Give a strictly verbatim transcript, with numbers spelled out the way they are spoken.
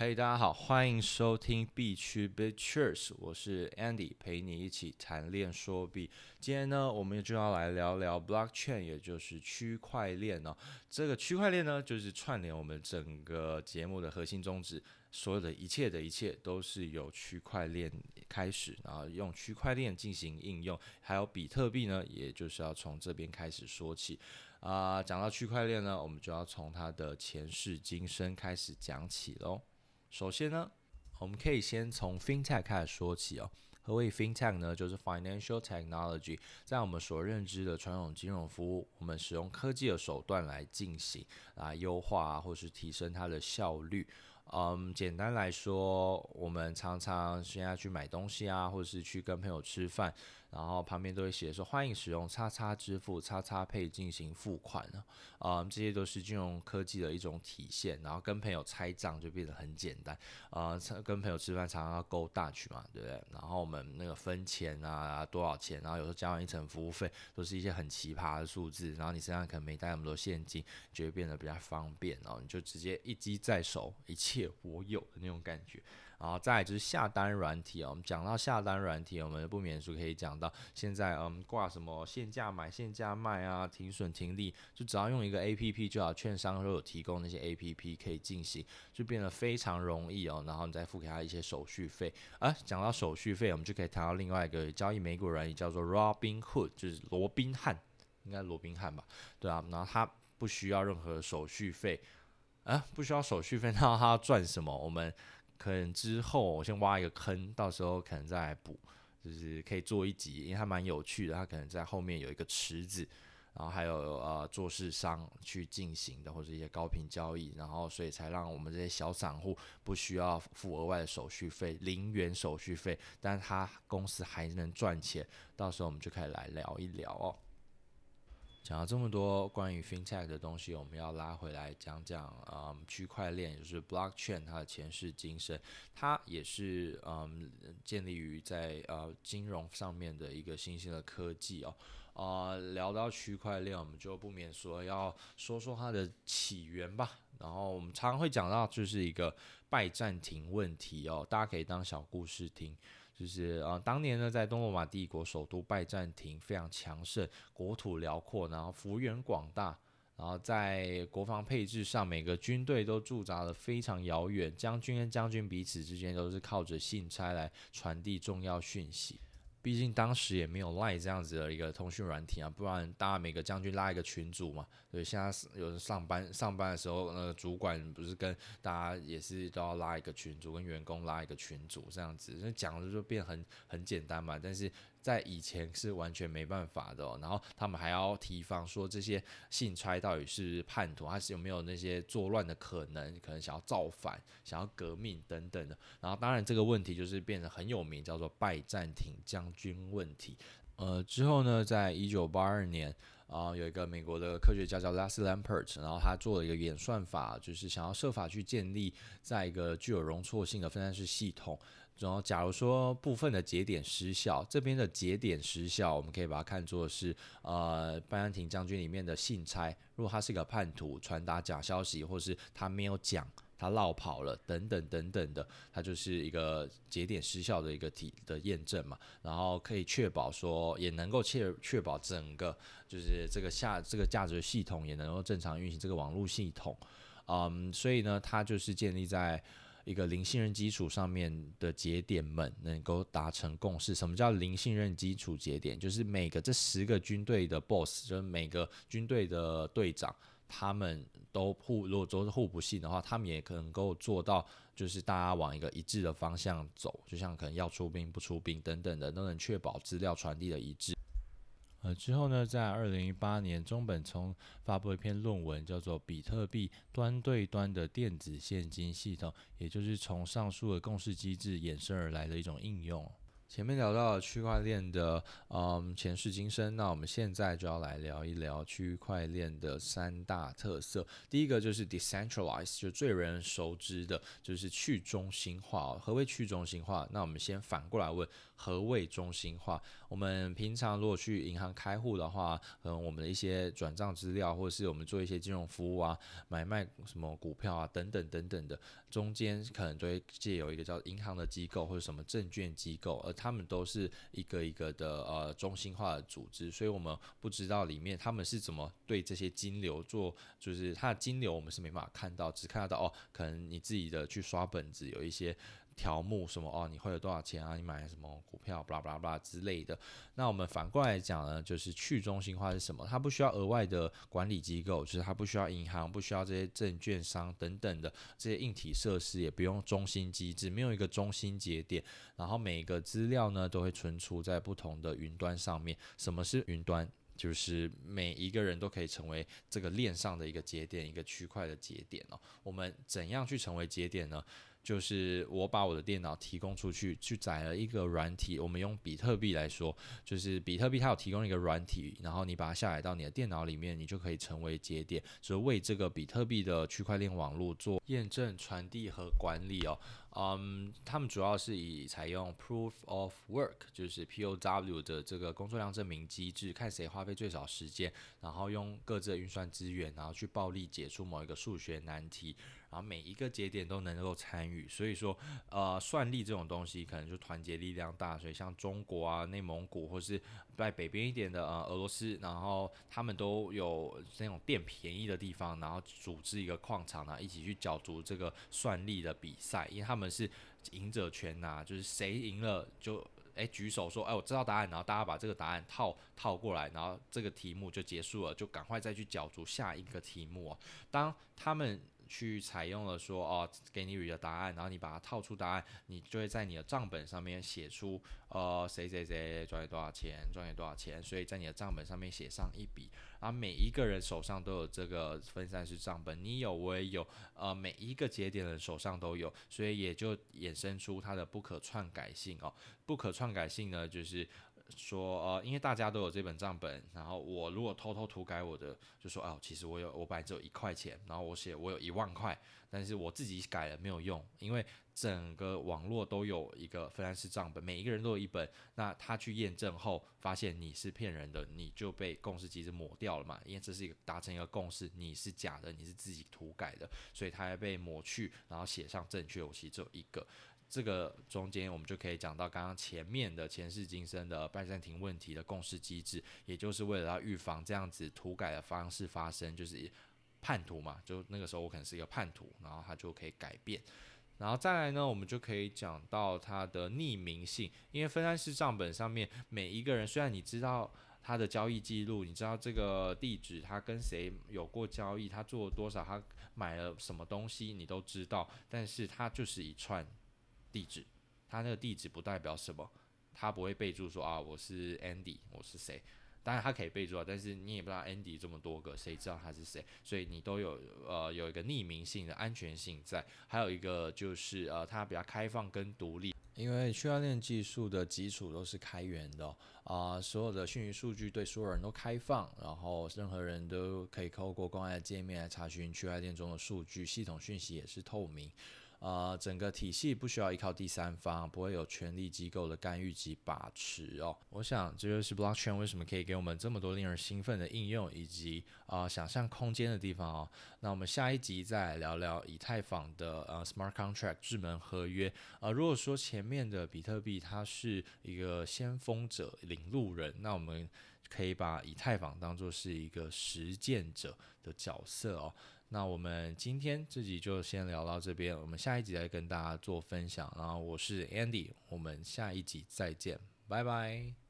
嘿、大家好，欢迎收听币区 Bit Cheers，我是 Andy，陪你一起谈链说币。今天呢，我们就要来聊聊 Blockchain，也就是区块链哦。这个区块链呢，就是串联我们整个节目的核心宗旨，所有的一切的一切都是由区块链开始，然后用区块链进行应用，还有比特币呢，也就是要从这边开始说起。啊、呃，讲到区块链呢，我们就要从它的前世今生开始讲起喽。首先呢，我们可以先从 FinTech 开始说起哦。何谓 FinTech 呢？就是 Financial Technology，在我们所认知的传统金融服务，我们使用科技的手段来进行，来优化啊，或是提升它的效率。嗯，简单来说，我们常常现在去买东西啊，或者是去跟朋友吃饭，然后旁边都会写说欢迎使用叉叉支付、叉叉配进行付款啊，嗯，这些都是金融科技的一种体现。然后跟朋友拆账就变得很简单，呃，跟朋友吃饭常常要勾大曲嘛，对不对？然后我们那个分钱啊，多少钱，然后有时候加完一层服务费，都是一些很奇葩的数字，然后你身上可能没带那么多现金，就会变得比较方便，然后你就直接一机在手，一切我有的那种感觉。然后再来就是下单软体哦，我们讲到下单软体，我们不免俗可以讲到现在，嗯，挂什么限价买、限价卖啊，停损停利，就只要用一个 A P P 就好，券商都有提供那些 A P P 可以进行，就变得非常容易哦。然后你再付给他一些手续费啊。讲到手续费，我们就可以谈到另外一个交易美股软体，叫做 Robinhood，就是罗宾汉，应该罗宾汉吧？对啊，然后它不需要任何手续费。啊，不需要手续费，那他要赚什么？我们可能之后我先挖一个坑，到时候可能再来补，就是可以做一集，因为它蛮有趣的。它可能在后面有一个池子，然后还有呃做市商去进行的，或者一些高频交易，然后所以才让我们这些小散户不需要付额外的手续费，零元手续费，但是他公司还能赚钱。到时候我们就可以来聊一聊哦。讲了这么多关于 FinTech 的东西，我们要拉回来讲讲，嗯，区块链，也就是 Blockchain 它的前世今生，它也是嗯建立于在呃金融上面的一个新兴的科技哦。呃，聊到区块链，我们就不免说要说说它的起源吧。然后我们常常会讲到，就是一个拜占庭问题哦，大家可以当小故事听。就是呃，当年呢，在东罗马帝国首都拜占庭非常强盛，国土辽阔，然后幅员广大，然后在国防配置上，每个军队都驻扎的非常遥远，将军跟将军彼此之间都是靠着信差来传递重要讯息。毕竟当时也没有 Line 这样子的一个通讯软体啊，不然大家每个将军拉一个群组嘛。对，现在有人上班上班的时候，那个主管不是跟大家也是都要拉一个群组，跟员工拉一个群组这样子，那讲的就变很很简单嘛。但是在以前是完全没办法的哦。然后他们还要提防说这些信差到底是叛徒，还是有没有那些作乱的可能，可能想要造反、想要革命等等的。然后当然这个问题就是变得很有名，叫做拜占庭将军问题。呃，之后呢，在一九八二年，啊、呃，有一个美国的科学家叫 Leslie Lampert，然后他做了一个演算法，就是想要设法去建立在一个具有容错性的分散式系统。然后，假如说部分的节点失效，这边的节点失效，我们可以把它看作是呃拜占庭将军里面的信差，如果他是一个叛徒，传达假消息，或是他没有讲。他落跑了，等等等等的，它就是一个节点失效的一个体的验证嘛，然后可以确保说，也能够确确保整个就是这个下这个价值系统也能够正常运行这个网络系统，嗯，所以呢，它就是建立在一个零信任基础上面的节点们能够达成共识。什么叫零信任基础节点？就是每个这十个军队的 boss， 就是每个军队的队长。他们都互，如果都是互不信的话，他们也可能够做到，就是大家往一个一致的方向走，就像可能要出兵不出兵等等的，都能确保资料传递的一致。呃，之后呢，在二零一八年，中本聪发布一篇论文，叫做《比特币端对端的电子现金系统》，也就是从上述的共识机制衍生而来的一种应用。 前面聊到了区块链的嗯前世今生，那我们现在就要来聊一聊区块链的三大特色。第一个就是 decentralized， 就最人熟知的，就是去中心化、哦。何谓去中心化？那我们先反过来问，何谓中心化？我们平常如果去银行开户的话，嗯，我们的一些转账资料，或者是我们做一些金融服务啊，买卖什么股票啊，等等等等的，中间可能都会借由一个叫银行的机构或者什么证券机构，而他们都是一个一个的呃中心化的组织，所以我们不知道里面他们是怎么对这些金流做，就是它的金流我们是没办法看到，只看得到哦，可能你自己的去刷本子有一些条目什么哦，你会有多少钱啊？你买什么股票，巴拉巴拉巴拉之类的。那我们反过来讲呢，就是去中心化是什么？它不需要额外的管理机构，就是它不需要银行，不需要这些证券商等等的这些硬体设施，也不用中心机制，没有一个中心节点。然后每个资料呢都会存储在不同的云端上面。什么是云端？就是每一个人都可以成为这个链上的一个节点，一个区块的节点哦。我们怎样去成为节点呢？就是我把我的电脑提供出去，去载了一个软体。我们用比特币来说，就是比特币它有提供一个软体，然后你把它下载到你的电脑里面，你就可以成为节点，所以为这个比特币的区块链网络做验证、传递和管理哦。嗯，他们主要是以采用 Proof of Work， 就是 P O W 的这个工作量证明机制，看谁花费最少时间，然后用各自的运算资源，然后去暴力解出某一个数学难题。然后每一个节点都能够参与，所以说，呃，算力这种东西可能就团结力量大，所以像中国啊、内蒙古，或是在北边一点的呃俄罗斯，然后他们都有那种电便宜的地方，然后组织一个矿场啊，一起去角逐这个算力的比赛，因为他们是赢者全拿，就是谁赢了就。哎，举手说，哎，我知道答案，然后大家把这个答案套套过来，然后这个题目就结束了，就赶快再去角逐下一个题目哦。当他们去采用了说哦，给你的答案，然后你把它套出答案，你就会在你的账本上面写出呃谁谁谁赚了多少钱，赚了多少钱，所以在你的账本上面写上一笔。然后每一个人手上都有这个分散式账本，你有我也有，呃，每一个节点的人手上都有，所以也就衍生出它的不可篡改性哦。不可篡改性呢，就是说呃，因为大家都有这本账本，然后我如果偷偷涂改我的，就说哦，其实我有我本来只有一块钱，然后我写我有一万块，但是我自己改了没有用，因为整个网络都有一个分散式账本，每一个人都有一本，那他去验证后发现你是骗人的，你就被共识机制抹掉了嘛，因为这是一个达成一个共识，你是假的，你是自己涂改的，所以它还被抹去，然后写上正确，我其实只有一个。这个中间我们就可以讲到刚刚前面的前世今生的拜占庭问题的共识机制，也就是为了要预防这样子涂改的方式发生，就是叛徒嘛，就那个时候我可能是一个叛徒，然后他就可以改变。然后再来呢，我们就可以讲到它的匿名性，因为分散式账本上面每一个人，虽然你知道他的交易记录，你知道这个地址他跟谁有过交易，他做了多少，他买了什么东西，你都知道，但是他就是一串地址，他那个地址不代表什么，他不会备注说啊我是 Andy， 我是谁。当然他可以备注啊，但是你也不知道 Andy 这么多个，谁知道他是谁？所以你都有呃有一个匿名性的安全性在，还有一个就是呃它比较开放跟独立。因为区块链技术的基础都是开源的啊、哦呃，所有的讯息数据对所有人都开放，然后任何人都可以透过公开的界面来查询区块链中的数据，系统讯息也是透明。呃，整个体系不需要依靠第三方，不会有权力机构的干预及把持哦。我想这就是 blockchain 为什么可以给我们这么多令人兴奋的应用，以及呃想象空间的地方哦。那我们下一集再来聊聊以太坊的呃 smart contract 智能合约。呃，如果说前面的比特币它是一个先锋者、领路人，那我们可以把以太坊当作是一个实践者的角色哦。那我们今天这集就先聊到这边，我们下一集再跟大家做分享。然后我是 Andy，我们下一集再见，拜拜。